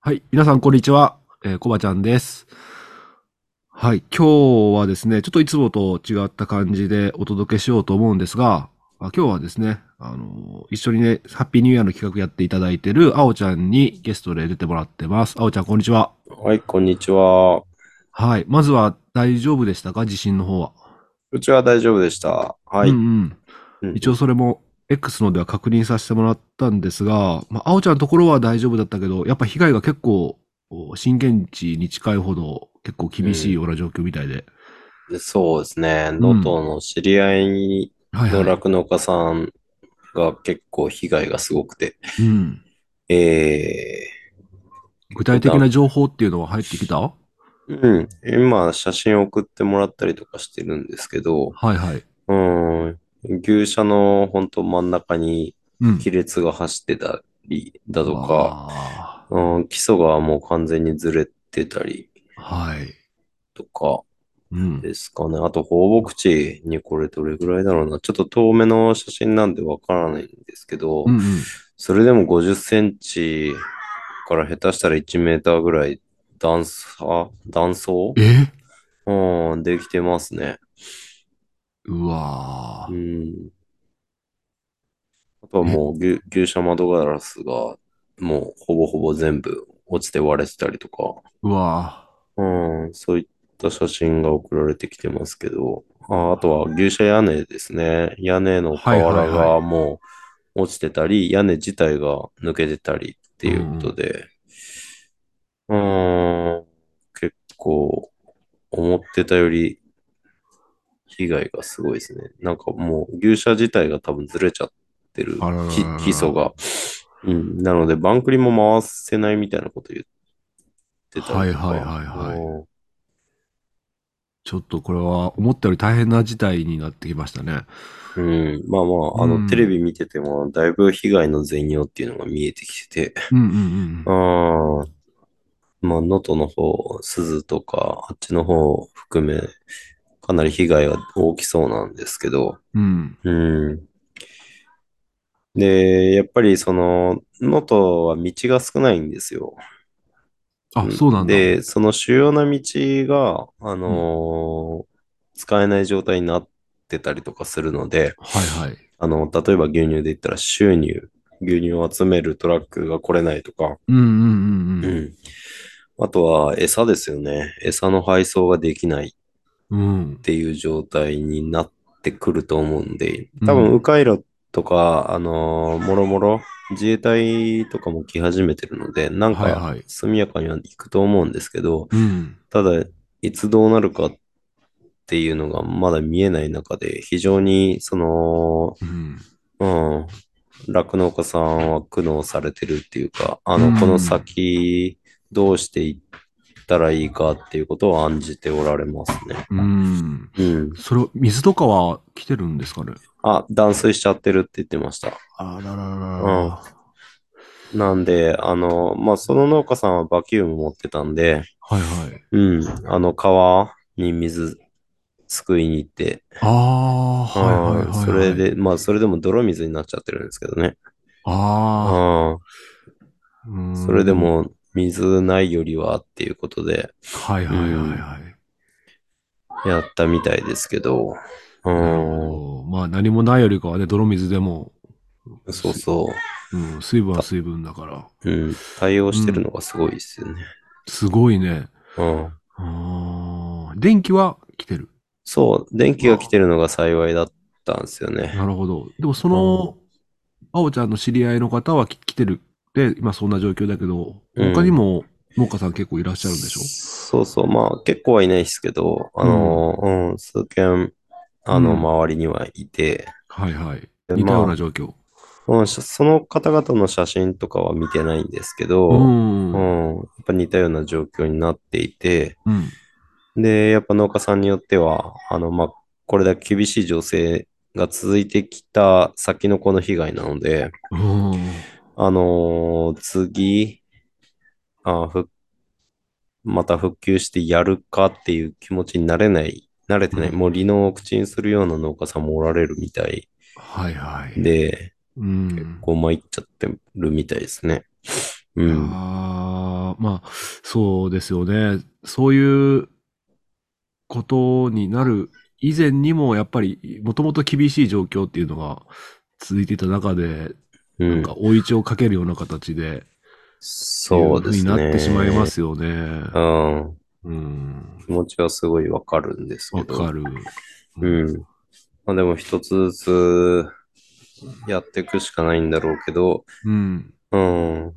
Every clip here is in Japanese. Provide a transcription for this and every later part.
はい。皆さん、こんにちは。コバちゃんです。はい。今日はですね、ちょっといつもと違った感じでお届けしようと思うんですが、今日はですね、一緒にね、ハッピーニューイヤーの企画やっていただいているあおちゃんにゲストで出てもらってます。あおちゃん、こんにちは。 はい、こんにちは。 はい。まずは大丈夫でしたか？地震の方は。 うちは大丈夫でした。はうんい。 うん。一応うんうん。 それも X のでは確認させてもらったんですが、あおちゃんのところは大丈夫だったけど、やっぱ被害が結構、震源地に近いほど結構厳しいような状況みたいで。 でそうですね。能うん。 登の知り合いのはいはい。 酪農家さんが結構被害がすごくて、 うん。具体的結構な情報っていうのは入ってきた？はうん、今写真送ってもらったりとかしてるんですけど、 いはい。 うん、牛舎の本当真ん中にうん。 亀裂が走ってたりだとか、 わ基礎がもう完全にずれてたりあ。はい。 とか、 うん。 ですかね。あと放牧地にこれどれぐらいだろうな。ちょっと遠目の写真なんでわからないんですけど、 うんうん。 それでも50センチから下手したら1メーターぐらい断層えうん、できてますね。 ううわん。あとはー。 もう牛舎窓ガラスがもうほぼほぼ全部落ちて割れてたりとか、 うわうん、そういった写真が送られてきてますけど、あとは牛舎屋根ですね。屋根ー。 のはいはい瓦はい。 がもう落ちてたり、屋根自体が抜けてたりってうんいうこうん。 とで、結構思ってたより被害がすごいですね。なんかもう牛舎自体が多分ずれちゃってる、 あらら基礎らら。 が。うん。なので、バンクリも回せないみたいなこと言ってたりとか。 はいはいはいはい。 うんちょっとこれは思ったより大変な事態になってきましたね。 うん。まあまうあ、テレん。 ビ見てても、だいぶ被害の全容っていうのが見えてきてて、 うんうんうんああ、まあ、能登の方、鈴とか、あっちの方含め、かなり被害は大きそうなんですけど、 うん。うん。 うん。で、やっぱり能登は道が少ないんですよ。 あ、そうなんだ。 で、その主要な道が、 うん。 使えない状態になってたりとかするので、 はいはい。 例えば牛乳で言ったら牛乳を集めるトラックが来れないとか、 うんうんうん。あとは餌ですよね。餌の配送ができないっうんうん。うん。 ていう状態になってくると思うんで、多分、迂うん。 回路とか、もろもろ自衛隊とかも来始めてるので、なんかはいはい。 速やかには行くと思うんですけど、 うん。 ただ、いつどうなるかっていうのがまだ見えない中で、非常に、 うん。 うん、酪農家さんは苦悩されてるっていうか、 うこのん。 先、どうしていったらいいかっていうことを案じておられますね。 うん。 うん。 それ、水とかは来てるんですかね？ あ、断水しちゃってるって言ってました。 あらららうん。 ら。 なんで、まあ、その農家さんはバキューム持ってたんで、 はいはい。 うん。川に水すくいに行って、 ああ、はいはいうん。 はいはい。 それでも泥水になっちゃってるんですけどね。うああ、 ん。 うーそれん、でも、 でも、水ないよりはっていうことで、 はいはいはいうん。 はい。 やったみたいですけど、うなるほん。 ど。まあ何もないよりかはね、泥水でも、すそうそうん、水分う。 は水分だから。 うん。対応してるのうん、 がすごいですよね。 すごいね。 うん。 電気は来てる。 そう。電気が来あ、 てるのが幸いだったんですよね。 なるほど。でもそうん。 の、あおちゃんの知り合いの方は来てる。で、今そんな状況だけど、 うん。 他にも農家さん結構いらっしゃるんでしょ？ そうそう。まあ、結構はいないですけど、 うん、 数件、 うん。 周りにはいて、 はいはい。 で、 似たようまな状況。 あ、その方々の写真とかは見てないんですけうど、 ん、うん、 やっぱ似たような状況になっていて、 うん、 で、やっぱ農家さんによっては、まあ、これだけ厳しい情勢が続いてきた先のこの被害なので、 うん、 次、あ、また復旧してやるかっていう気持ちに慣れてない、もう離農を口にするような農家さんもおられるみたいはいはい。 で、 うん。 結構参っちゃってるみたいですね。 いやー、 うん。 まあ、そうですよね。そういうことになる以前にも、やっぱり、もともと厳しい状況っていうのが続いていた中で、なんかうん。 追い打ちをかけるような形で、っていう風にそうですなってしまいまね。 すよね。 うん。 うん。 気持ちはすごいわかるんですけど。 わかる。うん。 うん。まあでも一つずつやっていくしかないんだろうけど、 うん。 うん。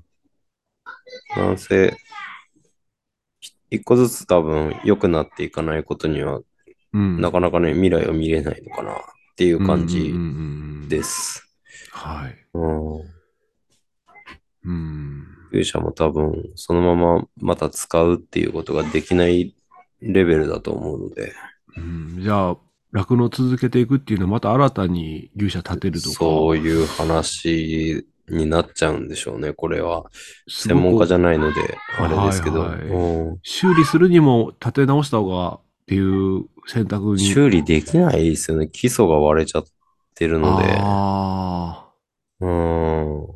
なんせ、一個ずつ多分良くなっていかないことには、 うん。 なかなかね、未来を見れないのかなっていううん。うん。うん。う感じでん。 す。 はい。 うん。 うん。 勇者も多分、そのまままた使うっていうことができないレベルだと思うので、 うん。じゃあ、酪農続けていくっていうのはまた新たに牛舎建てるとか、 そういう話になっちゃうんでしょうね、これは。 すごく、 専門家じゃないので、あれではいすけど、 はい。 うん、 修理するにも建て直した方がっていう選択に、 修理できないですよね。基礎が割れちゃってるので、 あうん、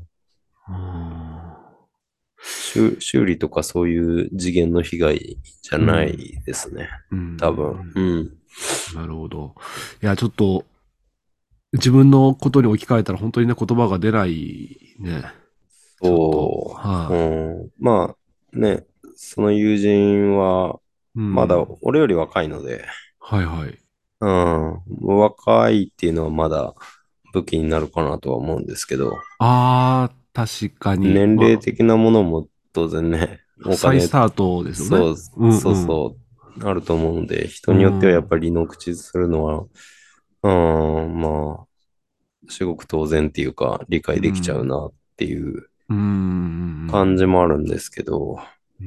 あ、 修理とかそういう次元の被害じゃうん、うないん、 ですね。 うん、う多分。うん。 ん。 なるほど。いや、ちょっと、自分のことに置き換えたら本当にね、言葉が出ないね。ちょっと、 そう。 はい、 うん。まあね、その友人は、 うまだん。 俺より若いので、 はいはい。 うん。若いっていうのはまだ武器になるかなとは思うんですけど、 ああ、確かに。 年齢ま的なものも当然ね、 あ、 お金、 再スタートですよね。 そう、 うんそううん。 そう、あると思うので、人うによってはやっん。 ぱり離の口するのは、まあ、至極当然っていうか、理解うできちゃうん。 なっていううん。うん。 感じもあるんですけど、 うん。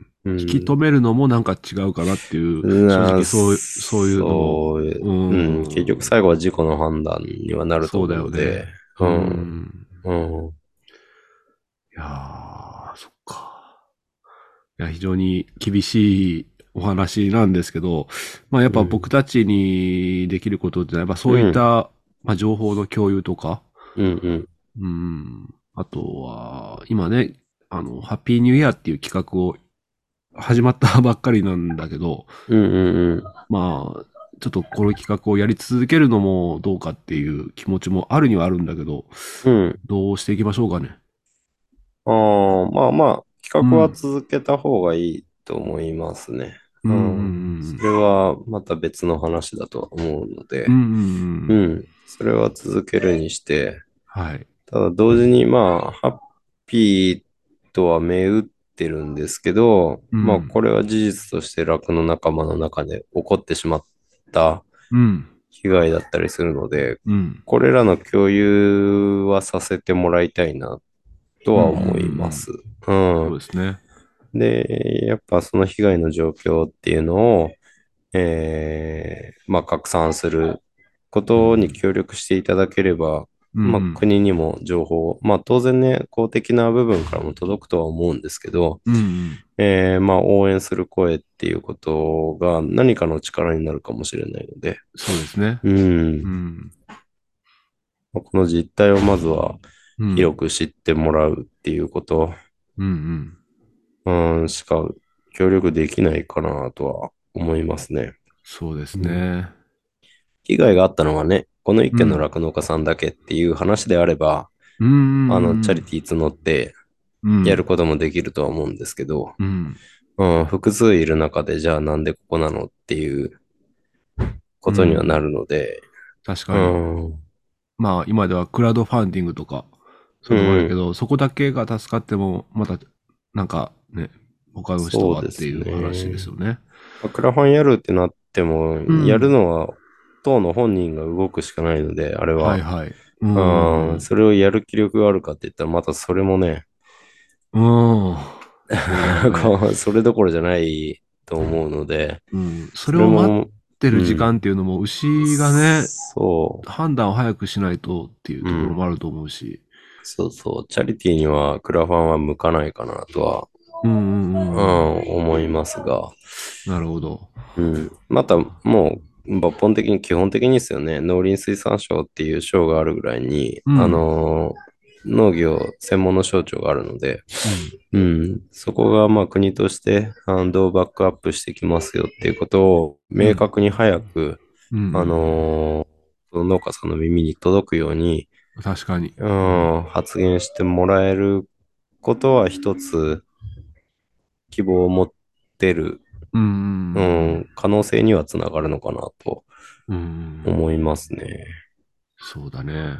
う引き止ん。 めるのもなんか違うかなっていう、正なあ、 直そういうのも、 そう、 ううん、結局ん。 最後は自己の判断にはなるとそうだ思うよね。 ので、 ううん、 ん。 うん、 いやー、そっか。いや、非常に厳しいお話なんですけど、まあやっぱ僕うん、 たちにできることってのは、やっぱそういっうん、 た、まあ、情報の共有とか、 うん、うん、 うん、あとは、今ね、ハッピーニューイヤーっていう企画を始まったばっかりなんだけど、 うん、うん、 まあ、ちょっとこの企画をやり続けるのもどうかっていう気持ちもあるにはあるんだけど、 うん。 どうしていきましょうかね。 ああ、まあまあ、企画はうん。 続けた方がいいと思いますね。 うん、ううん。そん、 れはまた別の話だとは思うのうん。うで、 ん、うん、うん。 うん。それは続けるにして、 はい。 ただ同時にまあ、ハッピーとは銘打ってるんですけど、まあうん、 これは事実として酪農仲間の中で起こってしまったうん、 被害だったりするので、 うん、 これらの共有はさせてもらいたいなとうん、うん、うは思いまん。 す。うん。 そうですね。 で、やっぱその被害の状況っていうのを、まあ拡散することにうん、 協力していただければ、 うん、うまあ、 ん、 国にも情報、まあ、当然ね、公的な部分からも届くとは思うんですけど、 うん、うん。 まあ、応援する声っていうことが何かの力になるかもしれないので、 そうですね。 うん。 うん、 まあこの実態をまずはうん、 広く知ってもらうっていうこと、 うん、うん。 うん、しか協力できないかなとは思いますね。 そうですうん。 ね。 被害があったのはね、この一うん、 軒の酪農家さんだけっていう話であれば、 うん、 チャうん、 リティー募ってうん、 やることもできるとは思うんですけど、 うん。 うん、複数いる中で、じゃあなんでここなのっていううことにはなん。 るので、う確かに。 ん、 まあ、今ではクラウドファンディングとか、そういうのもあるけうん、 ど、そこだけが助かっても、また、なんかね、他の人そうですはっていう話ですね。 よね。 クラファンやるってなっても、やるうん。 のは当の本人が動くしかないので、あれは。 はいはい。うん、 うん、 うん、 それをやる気力があるかって言ったら、またそれもね、 うん。うん。そうだよね。 それどころじゃないと思うので、 うん。そそれを待っれも、 てる時うん、 間っていうのも、牛がね、 そ判断を早くしないとっていうう、うところもん、 あると思うし。 そうそう、チャリティーにはクラファンは向かないかなとは、 うん、うん、うん。 ううん。 思いますが、 なるほど。 うん。また、もう、抜本的に、基本的にですよね。農林水産省っていう省があるぐらいに、 うん。 農業専門の省庁があるので、 うん。 うん、そこがまあ国としてどうバックアップしてきますよっていうことをうん。 明確に早く、 うん。うあん。 のその農家さんの耳に届くように、 確かに。 ううん。 発言してもらえることは一つ希望を持ってる、 うん。 可能性にはつながるのかなとうん。うん。 思いますね。 そうだね。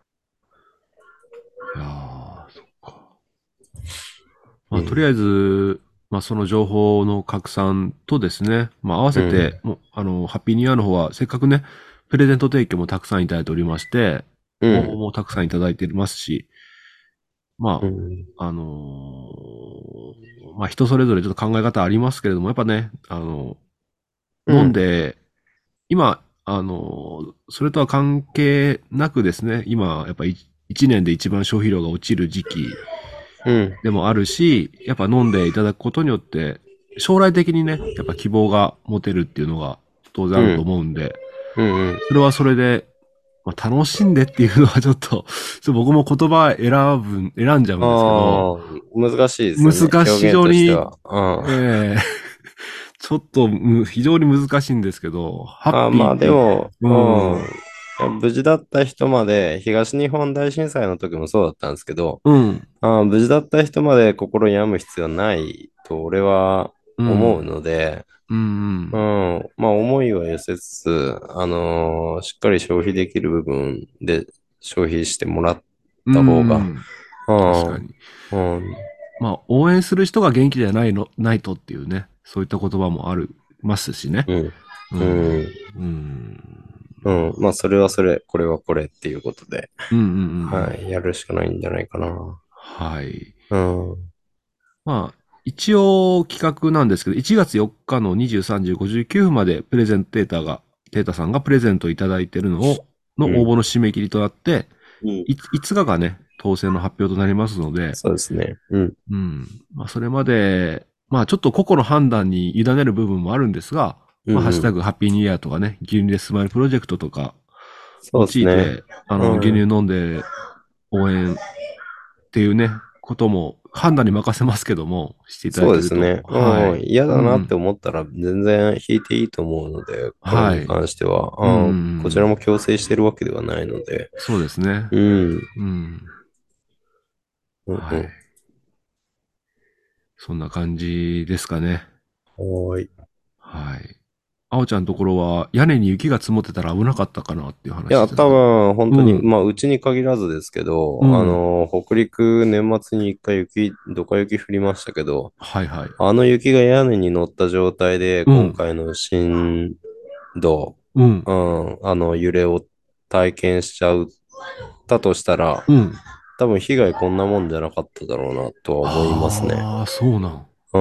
いやー、そっか。まあ、とりあえうん。 ず、まあ、その情報の拡散とですね、まあ、合わうん。 せて、もう、ハッピーニューイヤーの方は、せっかくね、プレゼント提供もたくさんいただいておりまして、応募うん。 もたくさんいただいてますし、まうん。 あ、まあ、人それぞれちょっと考え方ありますけれども、やっぱね、飲んうん。 で、今、それとは関係なくですね、今、やっぱり一年で一番消費量が落ちる時期うん。 でもあるし、やっぱ飲んでいただくことによって、将来的にね、やっぱ希望が持てるっていうのが当然あるとうん。 思うんで、 うん。 それはそれで、まあ、楽しんでっていうのはちょっと、僕も言葉選んじゃうんですけど、 ああ、難しいですよね。 難しい、非表現常に、 としては。うん。 ええちょっと非常に難しいんですけど、ハッピまあーっていう、 でも、 うん、 無事だった人まで、東日本大震災の時もそうだったんですけど、 うん、 無事だった人まで心病む必要はないと俺はうん、 思うので、 うん、 まあ思いは寄せつつ、しっかり消費できる部分で消費してもらっうた方が、 ん、 うん、 確かに。 うん、 まあ、応援する人が元気じゃないとっていうね、そういった言葉もある、ますしね。 うん、 うん、 うん、 うん、 うん、まあそれはそれ、これはこれっていうことで、 うん、うん、うん。 はい、やるしかないんじゃないかな。 はい。 うん、 まあ、一応企画なんですけど、1月4日の23時59分までプレゼンテーターが、テータさんがプレゼントいただいているのうん、 応募の締め切りとなって、 うん。 5日がね、当選の発表となりますので、 そうですね。うん、 うん。まあ、それまで、まあ、ちょっと個々の判断に委ねる部分もあるんですが、まあ、ハッうん、うん。 シュタグハッピーニューイヤーとかね、牛乳でスマイルプロジェクトとか用そうですね。 いて、牛乳うん。 飲んで応援っていうね、ことも判断に任せますけども、していただそうけると、 ですね。 はい。 嫌だなってうん。 思ったら全然引いていいと思うので、これにはい。 関しては。 うんうんうこちらもん。 強制してるわけではないので。 そうですね。 うん。 うん。 うんうん。 はい。そんな感じですかね。 はーい。 はい。あおちゃんのところは屋根に雪が積もってたら危なかったかなっていういや、 話してたけど。 多分、本当に、 うん。 まあ、うちに限らずですけど、 うん。 北陸、年末に一回どか雪降りましたけど、 はいはい。 あの雪が屋根に乗った状態で、 うん。 今回の震度、 うん。 揺れを体験しちゃったとしたら、 うん。 多分被害こんなもんじゃなかっただろうなとは思いますね。 ああ、そうなん。 うん。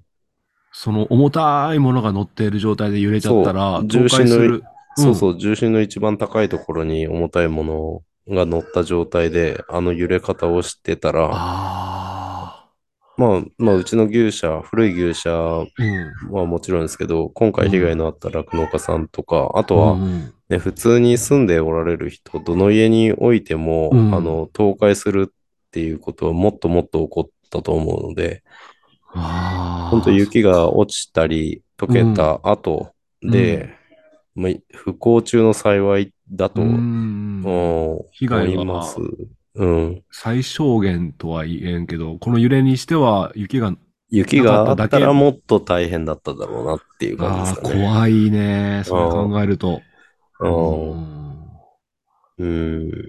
その重たいものが乗っている状態で揺れちゃったそう、 ら、倒壊する。うん。 重心の一番高いところに重たいものが乗った状態で、あの揺れ方をしてたら、 ああ。 まあ、うちの牛舎、古い牛舎はうん。 もちろんですけど、今回被害うん。 のあった酪農家さんとか、あとうん。 は、 うん。 ね、普通に住んでおられる人、どの家においても、 うん。 倒壊するっていうことはもっともっと起こったと思うので、本当ああ、そっ雪がか。 落ちたり、溶うん。 けた後うん。 で、不幸中の幸いだうーと、 ん。被害思います。 はうん。 最小限とは言えんけど、この揺れにしては雪が雪なかっがあったらただけ。 もっと大変だっただろうなっていう感じでああ、 すかね。 怖いね。それうん。 考えると。 ううーん。 ん。 うん。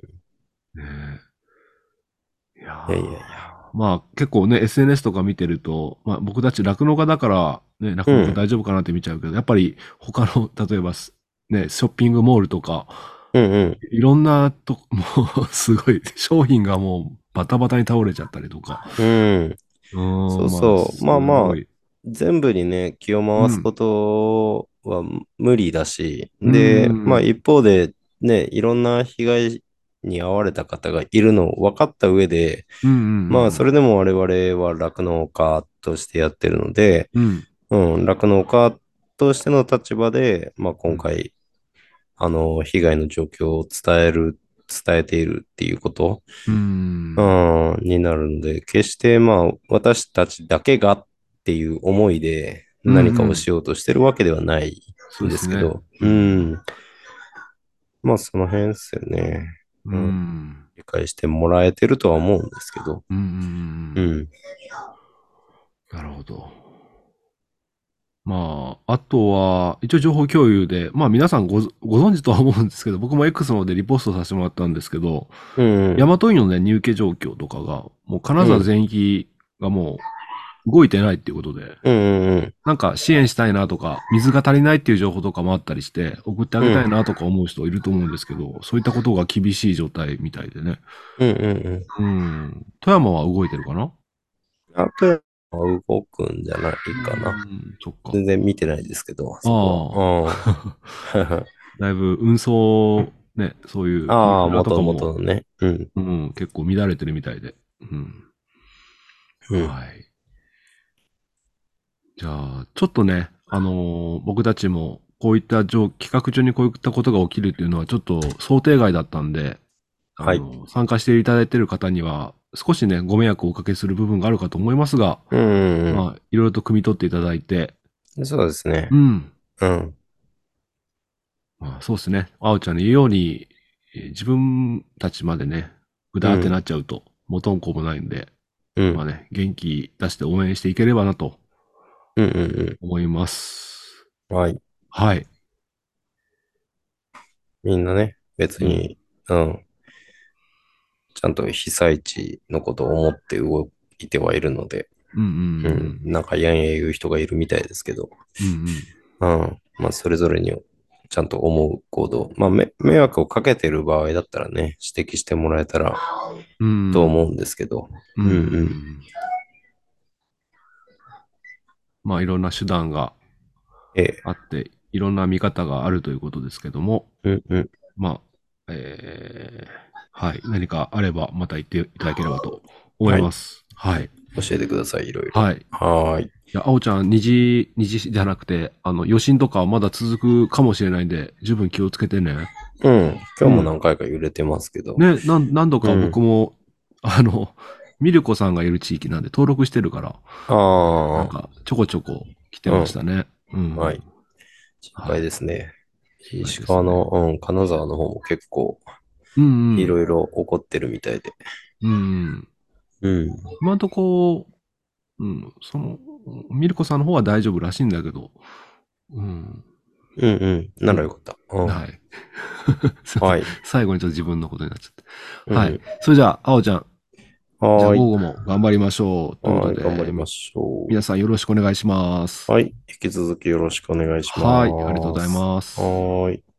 ねえ。いやいやいやいや。 まあ結構ね、SNS とか見てると、まあ僕たち酪農家だから、ね、酪農家うん。 大丈夫かなって見ちゃうけど、やっぱり他の、例えばね、ショッピングモールとか、 うんうん。 いろんなもうすごい、商品がもうバタバタに倒れちゃったりとか。 うん。そうまあ、 そう。 すまあまあ、 ごい。 全部にね、気をうん。 回すことは無理だし、 うで、まあん。 一方でね、いろんな被害に遭われた方がいるのを分かった上で、 うん。うまあそれん。 でも我々は酪農家としてやってるので、 うん。 酪農家としての立場で、まあうん。 今回、被害の状況を伝えるっ伝えているっていうこと、 うーん。 になるので、決してまあ、私たちだけがっていう思いでうん何かうん。 をしようとしてるわけではないんそうですね。 ですけど、 うん。 まあ、その辺ですよね。 ううん。 ん。 理解してもらえてるとは思うんですけど、 うんうんうんうん。 うん。 なるほど。まあ、あとは、一応情報共有で、まあ皆さんご存知とは思うんですけど、僕も X の方でリポストさせてもらったんですけど、 うん。 ヤマト運輸のね、入居状況とかが、もう金沢うん。 全域がもう動いてないっていうことで、 うん。 なんか支援したいなとか、水が足りないっていう情報とかもあったりして、送ってあうん。 げたいなとか思う人いると思うんですけど、そういったことが厳しい状態みたいでね。 うん。うん。 うん。富山は動いてるかな？ あとは動くんじゃないうかな。 ん、そっか。 全然見てないですけど、そこあは。 あ。 うん。 だいぶ運送、ね、そういうインああ、 フラと元かも、 々のね。うん。 うん、結構乱れてるみたいで。うん。 うん。 はい。じゃあ、ちょっとね、僕たちも、こういった企画中にこういったことが起きるっていうのはちょっと想定外だったんで、 はい。 参加していただいている方には、少しね、ご迷惑をおかけする部分があるかと思いますが、 うん。 まあ、いろいろと汲み取っていただいて、 そうですね。 うん。 うん。 まあ、そうですね。あおちゃんの言うように、自分たちまでね、ぐだーってなうん。 っちゃうと、元も子もないんで、 うん。 まあね、元気出して応援していければなとうん。うん。 思います。 はい。 はい。 みんなね、別うん。 に、うん。ちゃんと被災地のことを思って動いてはいるので、 うんううん。 んなんかやんや言う人がいるみたいですけど、 うん。うんうん。まあ、それぞれにちゃんと思う行動。まあ、迷惑をかけてる場合だったらね、指摘してもらえたらうん。うん。 と思うんですけど、 うんうんううんうん。 ん。まあいろんな手段がええ、 あって、いろんな見方があるということですけども、 うんうん。 まあ、はい。何かあればまた言っていただければと思いはい。 ます。はい。 教えてください、いろいろ。 はい。 はーい。 いや、あおちゃん、虹じゃなくて、余震とかまだ続くかもしれないんで、十分気をつけてね。 うん。今日もうん。 何回か揺れてますけど。 ね、何度か僕うん。 も、ミルコさんがいる地域なんで登録してるから、なんあか、ちょこちょこ来てあ、うん。 ましたね。うん。 はい。心配はい。 ですね。 心配ですね。 石川の、金沢の方も結構うんうん。 いろいろ起こってるみたいで。 うん。 うん。 今んとこ、うん、ミルコさんの方は大丈夫らしいんだけど、うん。 うんうん。なうん。 らよかった。うん。 はい。すいません。 はい。 最後にちょっと自分のことになっちゃって。はい。 うんそれじゃあ、あおちゃん。 うん。 じゃあはーい。 午後も頑張りましょう。ということはーい。頑張りで、 ましょう。 皆さんよろしくお願いします。 はい。引き続きよろしくお願いしはい。ありがとうございます。はます。 ーい。